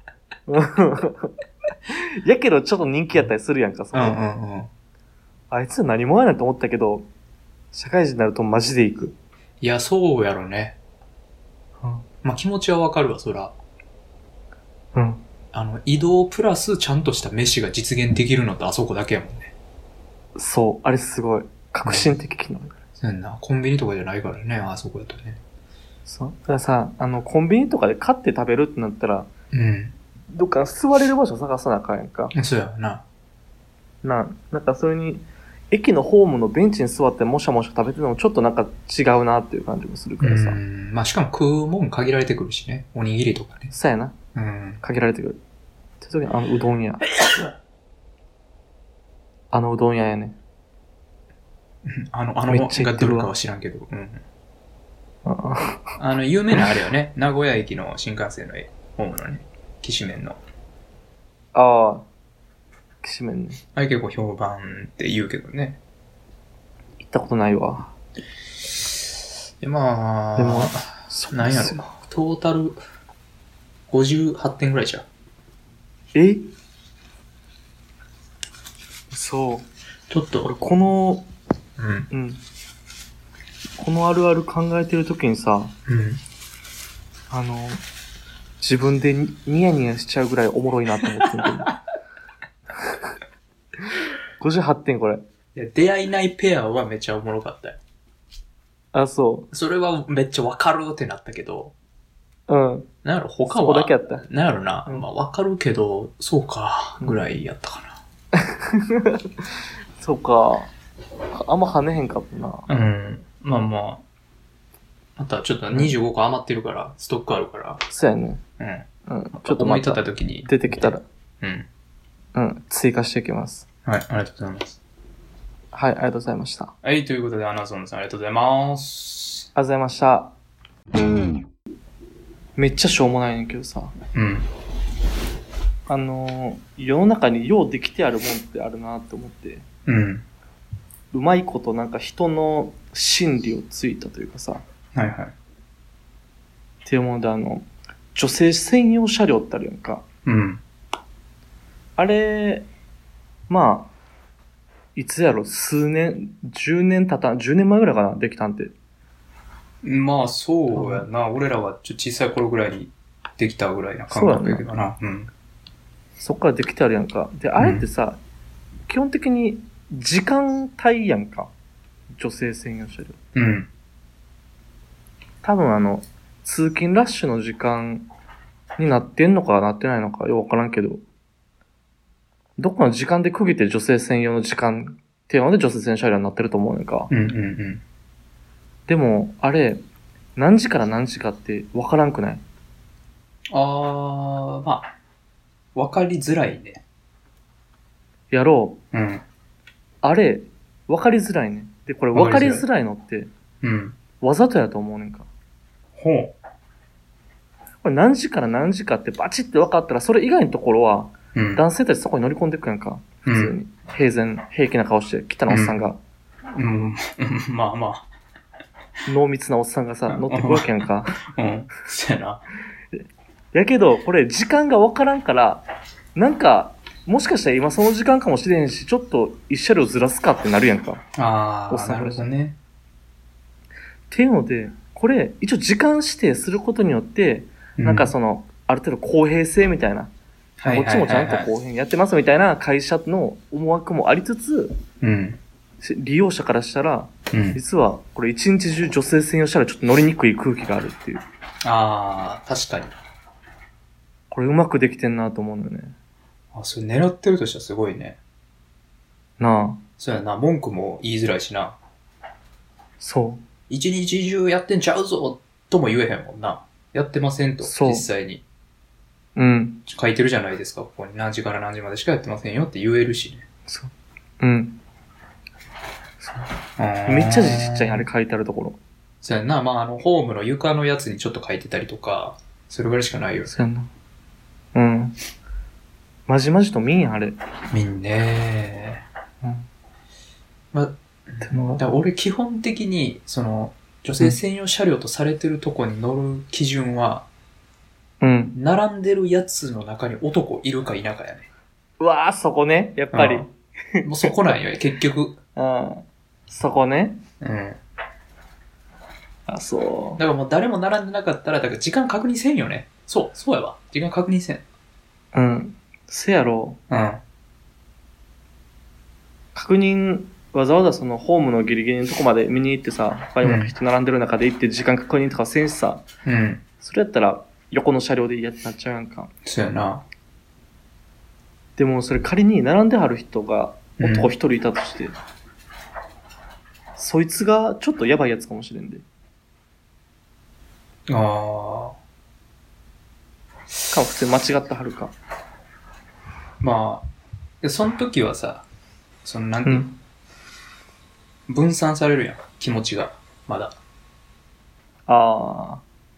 やけどちょっと人気やったりするやんか、それ。うんうんうん。あいつ何もやないと思ったけど、社会人になるとマジで行く。 いや、そうやろね。うん。まあ、気持ちはわかるわ、そら。うん。あの、移動プラスちゃんとした飯が実現できるのってあそこだけやもんね。 そう、あれすごい。革新的機能。 そうやんな。コンビニとかじゃないからね、あそこだとね。 そう。だからさ、あの、コンビニとかで買って食べるってなったら、うん。どっか座れる場所探さなあかんやんか。 そうやわな。 な、なんかそれに、駅のホームのベンチに座ってもしゃもしゃ食べてるのもちょっとなんか違うなっていう感じもするからさ。 うん。まあしかも食うもん限られてくるしね。おにぎりとかね。 そうやな。うん。限られてくる。って時にあのうどん屋。あのうどん屋やね。 あの、あのがどれかは知らんけど。うん。あの、有名なあれよね。名古屋駅の新幹線のホームのね。きしめんの。 ああ。きしめんね。 あれ結構評判って言うけどね。 行ったことないわ。 で、まあ、でも、なんやろ。トータルごじゅうはってんぐらいじゃん。 え？そう。 ちょっと。 俺この、うん。うん。このあるある考えてるときにさ、うん。あの、自分でニヤニヤしちゃうぐらいおもろいなと思ってるけど。ごじゅうはってんこれ。 いや、出会いないペアはめっちゃおもろかったよ。 あ、そう。 それはめっちゃわかるってなったけど。 うん。 なんやろ、他は。 そこだけやった。 なんやろな。うん、まあわかるけど、そうか、ぐらいやったかな。うん、そうか。あんま跳ねへんかったな。 うん。まあまあ。またちょっとにじゅうごこ余ってるから、ストックあるから。 そうやね。うん。うん。ちょっと思い立った時に。出てきたら。うん。うん。追加していきます。 はい、ありがとうございます。 はい、ありがとうございました。 はい、ということで、アナゾンさんありがとうございます。 ありがとうございました。うん。めっちゃしょうもないねんけどさ。うん。あのー、世の中にようできてあるもんってあるなって思って。うん。うまいことなんか人の心理をついたというかさ。 はいはい。 っていうもので、あの、女性専用車両ってあるやんか。うん。あれ、まあ、いつやろ、数年、じゅうねんたたん、じゅうねんまえぐらいかな、できたんて。 まあ、そうやな。俺らはちょ小さい頃ぐらいにできたぐらいな感覚やけどな。う, うん。 そっからできてあるやんか。で、あれってさ、うん、基本的に時間帯やんか。女性専用車両。うん。多分あの、通勤ラッシュの時間になってんのかなってないのかよくわからんけど、どこの時間で区切って女性専用の時間っていうので女性専用車両になってると思うねんか。うんうんうん。でも、あれ、何時から何時かってわからんくない？ あー、まあ、わかりづらいね。 やろう。うん。あれ、わかりづらいね。で、これわかりづらいのって、うん。わざとやと思うねんか。 ほう。 これ何時から何時かってバチって分かったら、それ以外のところは、うん、男性たちそこに乗り込んでいくやんか。普通に。うん、平然、平気な顔して、汚なおっさんが。 うん。うん、まあまあ。 濃密なおっさんがさ、乗ってくるわけやんか。 うん。そうやな。 やけど、これ時間が分からんから、なんか、もしかしたら今その時間かもしれんし、ちょっと一車両ずらすかってなるやんか。 ああ、なるほどね。 っていうので、これ、一応時間指定することによって、 なんかその、ある程度公平性みたいな、 はいこっちもちゃんとはいはいはい公平にやってますみたいな会社の思惑もありつつ、 うん。 利用者からしたら、 うん。 実はこれ一日中女性専用車両ちょっと乗りにくい空気があるっていう。 ああ、確かに。 これうまくできてんなと思うのよね。 あ、それ狙ってるとしたらすごいね。 なあ。 そうやな、文句も言いづらいしな。 そ一日中やってんちゃうぞとも言えへんもんな。やってませんと、 そう実際に。 う。うん。 書いてるじゃないですか、ここに。何時から何時までしかやってませんよって言えるしね。 そう。うん。 めめっちゃ字ちっちゃいあれ書いてあるところ。 そうやんな、まああの、ホームの床のやつにちょっと書いてたりとか、それぐらいしかないよ。 そうやんな。うん。まじまじと見んやん、あれ。 みんねうん。 まあ、 ってのがだから俺基本的に、その、女性専用車両とされてるとこに乗る基準は、 うん。 並んでるやつの中に男いるか否かやね。 うわぁ、そこね。やっぱり。 うんもうそこなんよ、結局。 うん。そこね。 うん。 あ、そだからもう誰も並んでなかったら、だから時間確認せんよね。そう、そうやわ。時間確認せん。 う。うん。せやろ。 うん。 確認、わざわざそのホームのギリギリのとこまで見に行ってさ、他にも人並んでる中で行って時間確認とかせんしさ、 うん。そそれやったら横の車両でいいやってなっちゃうやんか。 そうやな。 でもそれ仮に並んではる人が男一人いたとして、そいつがちょっとやばいやつかもしれんで。 ああ。 かも普通に間違ってはるか。 まあ、でその時はさ、そのなんていうの、 うん。 分散されるやん。気持ちが。まだ。 あ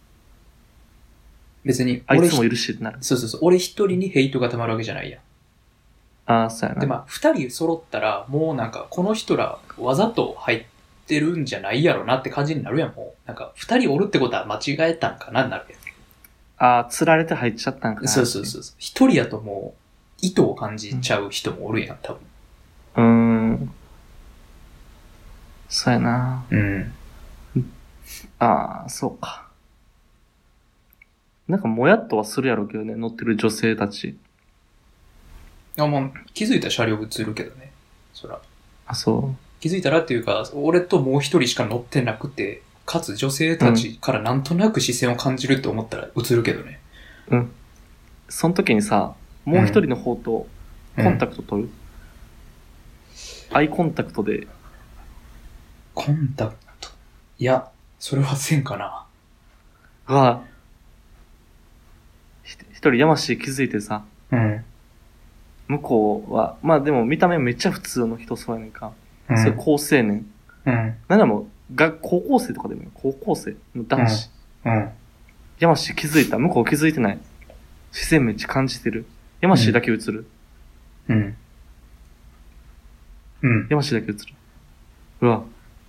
別にあ、あい俺つもいるしってなる。 そうそうそう。俺一人にヘイトが溜まるわけじゃないやん。 ああ、そうやな。 で、まあ、二人揃ったら、もうなんか、この人らわざと入ってるんじゃないやろなって感じになるやん、もう。なんか、二人おるってことは間違えたんかなになるやん。 ああ、釣られて入っちゃったんかな。 そうそうそうそう。一人やともう、意図を感じちゃう人もおるやん、多分。 うーん。そうやな。 うん。 ああ、そうか。なんかもやっとはするやろうけどね、乗ってる女性たち。 あ、まあ、気づいたら車両映るけどね。そら。 あ、そ気づいたらっていうか、俺ともう一人しか乗ってなくて、かつ女性たちからなんとなく視線を感じるって思ったら映るけどね。 う。うん。その時にさ、もう一人の方とコンタクト取る、アイコンタクトで。 コンタクト。いや、それはせんかな。 が、ひ一人山氏気づいてさ、 うん。 向こうは、まあでも見た目めっちゃ普通の人そうやねんか。 うん。 それ高青年。 うん。 なんだもう、が、高校生とかでもいい高校生の男子。 うん。 山氏気づいた。向こう気づいてない。視線めっちゃ感じてる。山氏だけ映る。 うん。うん。 山氏だけ映る。うわ。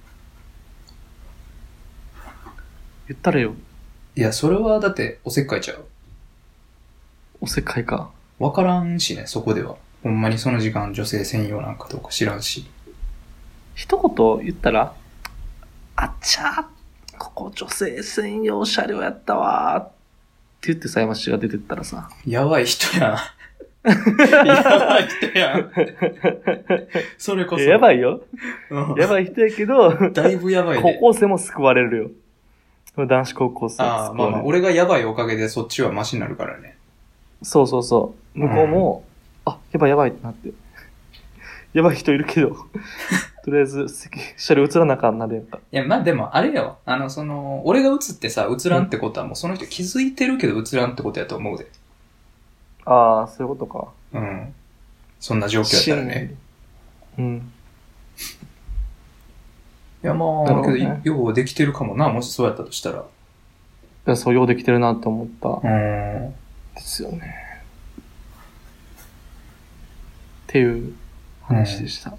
言ったらよ。 いや、それはだっておせっかいちゃう。 おせっかいか。 わからんしね、そこでは。ほんまにその時間女性専用なんかどうか知らんし。 一言言ったら、あっちゃー、ここ女性専用車両やったわーって言ってさ、山氏が出てったらさ。 やばい人やん。やばい人やん。それこそ。 やばいよ。 うんやばい人やけど、 だいぶやばい高ね。 校生も救われるよ。男子高校生ああ、 救われる。 まあまあ、俺がやばいおかげでそっちはマシになるからね。 そうそうそう。向こうも、あ、やばいやばいってなって。やばい人いるけど、とりあえず席、車両映らなあかんなでやんか。 いや、まあでも、あれやわ。あの、その、俺が映ってさ、映らんってことはもうその人気づいてるけど映らんってことやと思うで。 ああ、そういうことか。 うん。そんな状況やったらね。 うん。 いや、まあ、 なるほどねけど、ようできてるかもな、もしそうやったとしたら。 いや、そうようできてるなって思った。 うーん。 ですよね。っていう話でした。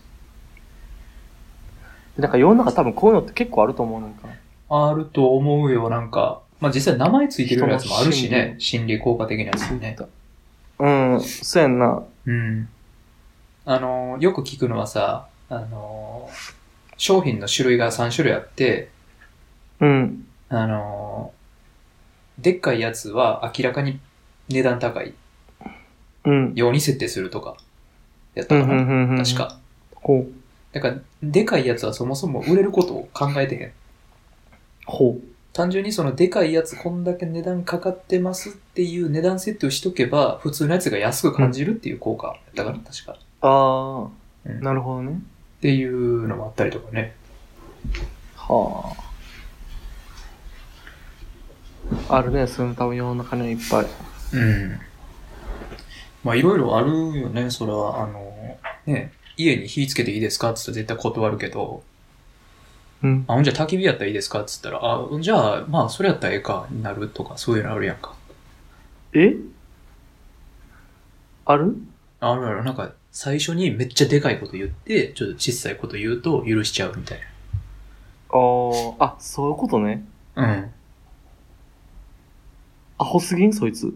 でなんか世の中多分こういうのって結構あると思うなんか。 あると思うよ、なんか。まあ実際名前ついてるやつもあるしね。 人心理効果的なやつもね。 うん、そうやんな。 うん。あの、よく聞くのはさ、あの、商品の種類がさん種類あって、 うん。 あの、 でっかいやつは明らかに値段高いうん。 ように設定するとか、やったかな、 うんうんうんうん確か。 ほう。 だから、でかいやつはそもそも売れることを考えてへん。 ほう。 単純にそのでかいやつこんだけ値段かかってますっていう値段設定をしとけば、普通のやつが安く感じるっていう効果だから、確か。 ああ、 うんなるほどね。 っていうのもあったりとかね。 はあ。あるね、そういうの多分世の中にはいっぱい。 うん。まあいろいろあるよね、それは。あの、ね、家に火つけていいですかって言ったら絶対断るけど、 うん。 あ、ほんじゃ焚き火やったらいいですかって言ったら、あ、じゃあ、まあそれやったらええか、になるとか、そういうのあるやんか。 えあるあるある、なんか、最初にめっちゃでかいこと言って、ちょっと小さいこと言うと許しちゃうみたいあー、あ、そういうことね。 な。うん。 アホすぎんそいつ。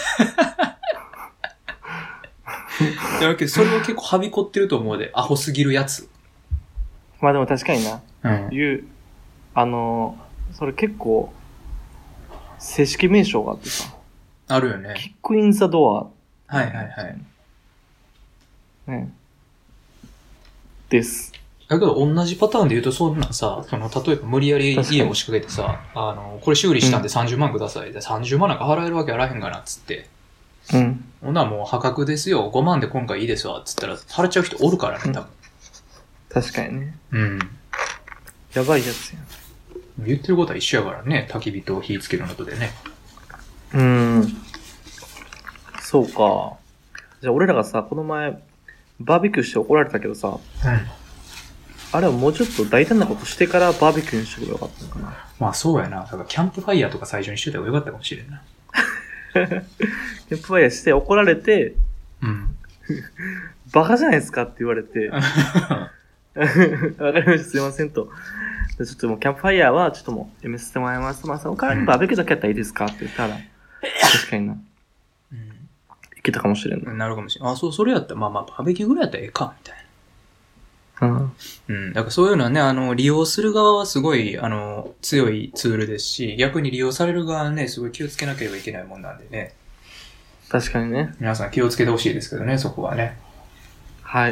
だけど、それは結構はびこってると思うで、アホすぎるやつ。 まあでも確かにな。 うん。 言う、あのー、それ結構、正式名称があってさ、 あるよね。 キックインザドア。 はいはいはい。 ね。です。 だけど、同じパターンで言うと、そんなんさ、その、例えば無理やり家押しかけてさ、あの、これ修理したんでさんじゅうまんください。で、さんじゅうまんなんか払えるわけあらへんがな、っつって。 うん。 ほんならもう破格ですよ。ごまんで今回いいですわ。っつったら、払っちゃう人おるからね、多分。 確かにね。 うん。 やばいやつやん。 言ってることは一緒やからね。焚き火と火つけるのとでね。 うーん。そうか。じゃあ俺らがさ、この前、バーベキューして怒られたけどさ、 うん。 あれはもうちょっと大胆なことしてからバーベキューにしてくればよかったのかな。 まあそうやな。だからキャンプファイヤーとか最初にしといた方がよかったかもしれんな。 キャンプファイヤーして怒られて、 うん。 バカじゃないですかって言われて、わかりました、すいませんと。ちょっともうキャンプファイヤーはちょっともうやめさせてもらいます。まあその代わりにバーベキューだけやったらいいですかって言ったら、確かにな。 うん。 いけたかもしれんな。 なるかもしれん。あ、そう、それやったら、まあまあ、バーベキューぐらいやったらええか、みたいな。 うん。 うん。だからそういうのはね、あの、利用する側はすごい、あの、強いツールですし、逆に利用される側はね、すごい気をつけなければいけないもんなんでね。 確かにね。 皆さん気をつけてほしいですけどね、そこはね。 はい。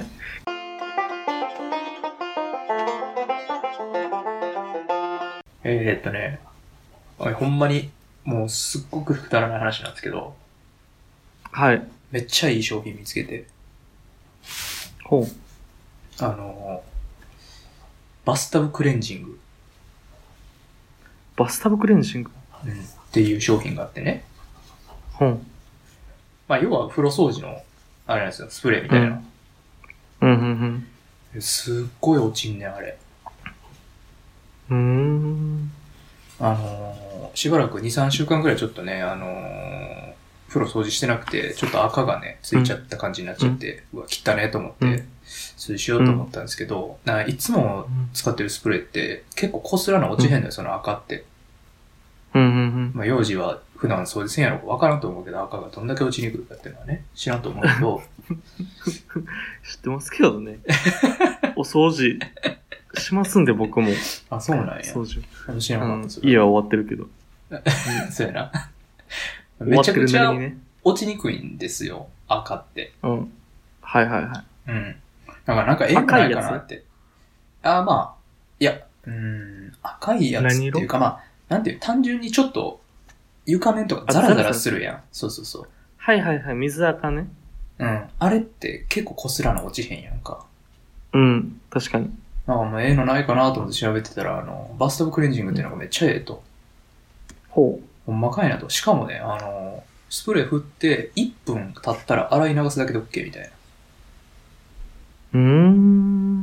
えー、っとね、おいほんまに、もうすっごくくだらない話なんですけど、 はい。 めっちゃいい商品見つけて、 ほう。 あの、バスタブクレンジング、 バスタブクレンジング。 うん、っていう商品があってね。 ほう。 まあ、要は風呂掃除の、あれなんですよ、スプレーみたいな。 うん、うん、 すっごい落ちんねん、あれ。 うん。うーん。 あのー、しばらくに、さんしゅうかんくらいちょっとね、あのー、風呂掃除してなくて、ちょっと赤がね、ついちゃった感じになっちゃって、うん、うわ、切ったねと思って、 うん、 掃除しようと思ったんですけど、うん、いつも使ってるスプレーって結構こすらな落ちへんのよ、その赤って。 うん、うん、うん。 まあ、幼児は普段掃除せんやろか分からんと思うけど、赤がどんだけ落ちにくいかっていうのはね、知らんと思うけど。 知ってますけどね。お掃除しますんで、僕も。 あ、そうなんや。 掃除。 知らなかった、 うん、家は終わってるけど。 そうやな。 めちゃくちゃ落ちにくいんですよ、赤って。 うん。はいはいはい。 うん。だからなんかええんないかなって。あ、まあ、いや、うーん、赤いやつっていうか、まあ、なんていう、単純にちょっと床面とかザラザラするやん。そうそうそう。 はいはいはい、水赤ね。 うん。あれって結構こすらな落ちへんやんか。 うん、確かに。 なんかもうええのないかなと思って調べてたら、あの、バスタブクレンジングっていうのがめっちゃええと。 ほう。 ほんまかいなと。しかもね、あの、スプレー振っていっぷん経ったら洗い流すだけで OK みたいな。 うーん。うん、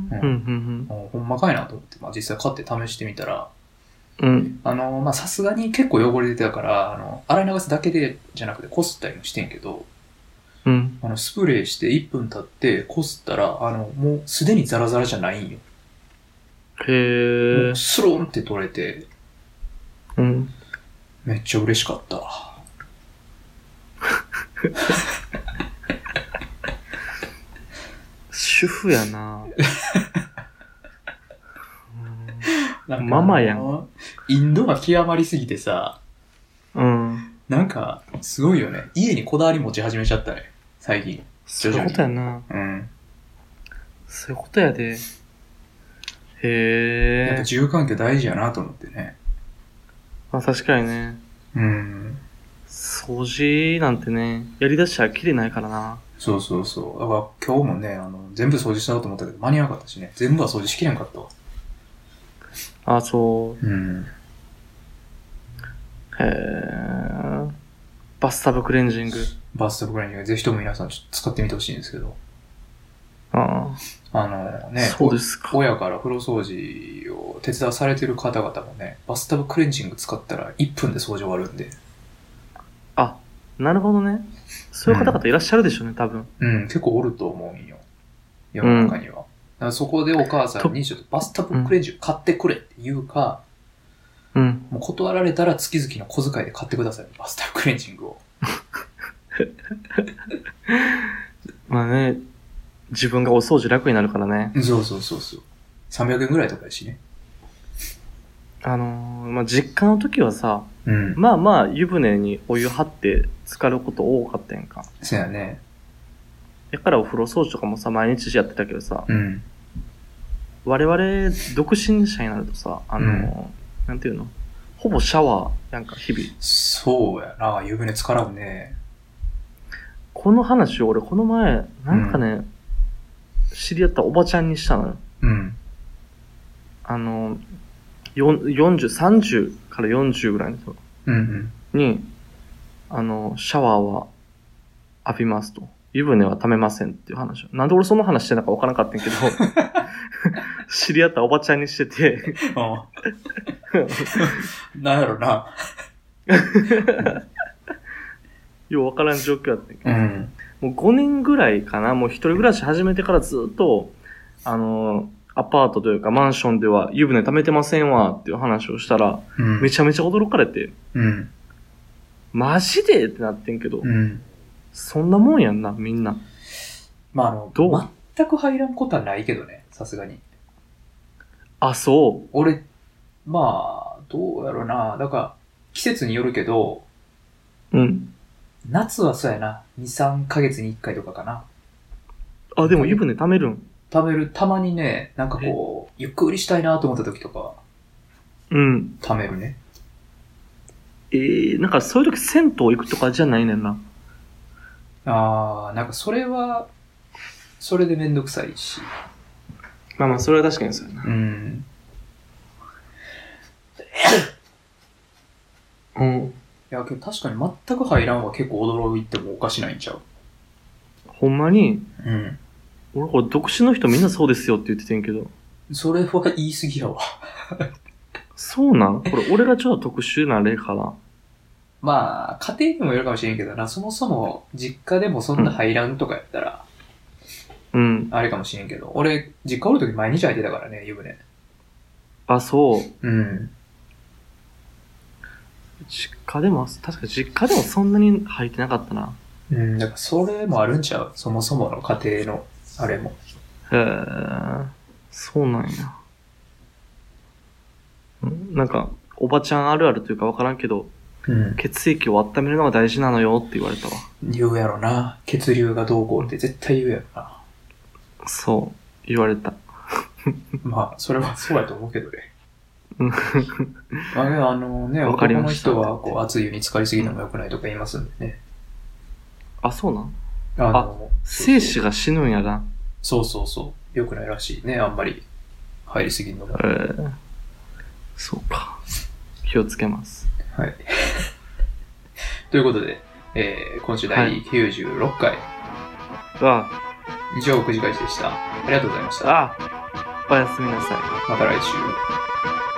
うん、 うん。ほんまかいなと思って、まあ実際買って試してみたら、 うん。 あの、まあさすがに結構汚れてたから、あの、洗い流すだけでじゃなくてこすったりもしてんけど、 うん。 あの、スプレーしていっぷん経ってこすったら、あの、もうすでにザラザラじゃないんよ。 へー。 スローンって取れて、 うん。 めっちゃ嬉しかった。 主婦やななんかママやん。 インドが極まりすぎてさ、 うん。 なんか、すごいよね。家にこだわり持ち始めちゃったね。最近。 そういうことやな。 うん。 そういうことやで。へえ。 やっぱ住環境大事やなと思ってね。 まあ確かにね。 うん。 掃除なんてね、やりだしたらきりないからな。 そうそうそう。だから今日もね、あの、全部掃除したろうと思ったけど、間に合わなかったしね。全部は掃除しきれんかったわ。 あ、そう。 うん。 へえ。バスタブクレンジング。 バスタブクレンジング、ぜひとも皆さんちょっと使ってみてほしいんですけど。 ああ。 あのね、 そうですか。 親から風呂掃除を手伝わされてる方々もね、バスタブクレンジング使ったらいっぷんで掃除終わるんで。 あ、なるほどね。そういう方々いらっしゃるでしょうね、多分。 うん、結構おると思うんよ。世の中には。うん、だからそこでお母さんにちょっとバスタブクレンジング買ってくれって言うか、うん、もう断られたら月々の小遣いで買ってください、バスタブクレンジングを。 まあね、自分がお掃除楽になるからね。 そうそうそうそう。さんびゃくえんぐらいとかやしね。 あのー、まあ、実家の時はさ、 うん、 まあまあ湯船にお湯張って浸かること多かったやんか。 そうやね。 だからお風呂掃除とかもさ、毎日やってたけどさ、 うん、 我々独身者になるとさ、あのー、うんなんていうのほぼシャワー、なんか日々。 そうやな、湯船浸からんね。 この話を俺この前、なんかね、うん、知り合ったおばちゃんにしたのよ。 うん。 あの、よんじゅう、さんじゅうからよんじゅうぐらいの人に、 うんうん、あの、シャワーは浴びますと。湯船は溜めませんっていう話を。なんで俺その話してたか分からなかったんやけど、知り合ったおばちゃんにしてて。 なんやろな。 よう分からん状況やったんやけど、 うん、 もうごねんぐらいかな、もう一人暮らし始めてからずっと、あの、アパートというかマンションでは湯船溜めてませんわっていう話をしたら、うん、めちゃめちゃ驚かれて、 うん、 マジでってなってんけど、 うん、 そんなもんやんな、みんな。 まあ、あの、どう全く入らんことはないけどね、さすがに。 あ、そう。 俺、まあ、どうやろうな。だから、季節によるけど、 うん。 夏はそうやな。に、さんかげつにいっかいとかかな。 あ、でも湯船溜めるん溜める。たまにね、なんかこう、ゆっくりしたいなと思った時とか、 うん。 溜めるね。 えー、なんかそういう時銭湯行くとかじゃないねんな。 あー、なんかそれは、それでめんどくさいし。 まあまあ、それは確かにそうやな。 うん。 うん。いや、けど確かに全く入らんは結構驚いてもおかしないんちゃう？ ほんまに？ うん。 俺これ独身の人みんなそうですよって言っててんけど。 それは言い過ぎやわ。 そうなん？これ俺がちょっと特殊な例かな。 まあ、家庭にもよるかもしれんけどな、そもそも実家でもそんな入らんとかやったら、 うん。 あれかもしれんけど、俺、実家おるとき毎日入ってたからね、湯船。 あ、そう。 うん。 実家でも、確か実家でもそんなに入ってなかったな。 うん、だからそれもあるんちゃう？そもそもの家庭の、あれも。 へー、そうなんや。なんか、おばちゃんあるあるというかわからんけど、うん、血液を温めるのが大事なのよって言われたわ。 言うやろな。血流がどうこうって絶対言うやろな。 そう、言われた。 まあ、それはそうやと思うけどね。まあ、あのね、男の人はこう熱い湯に浸かりすぎるのも良くないとか言いますんでね。 あ、そうなん？ あの、 精子が死ぬんやな。 そうそうそう。良くないらしいね、あんまり入りすぎるのも。 えー、そうか。気をつけます。 はい。ということで、えー、今週だいきゅうじゅうろっかい。 ああ。 日曜くじ返しでした。ありがとうございました。 ああ。おやすみなさい。 また来週。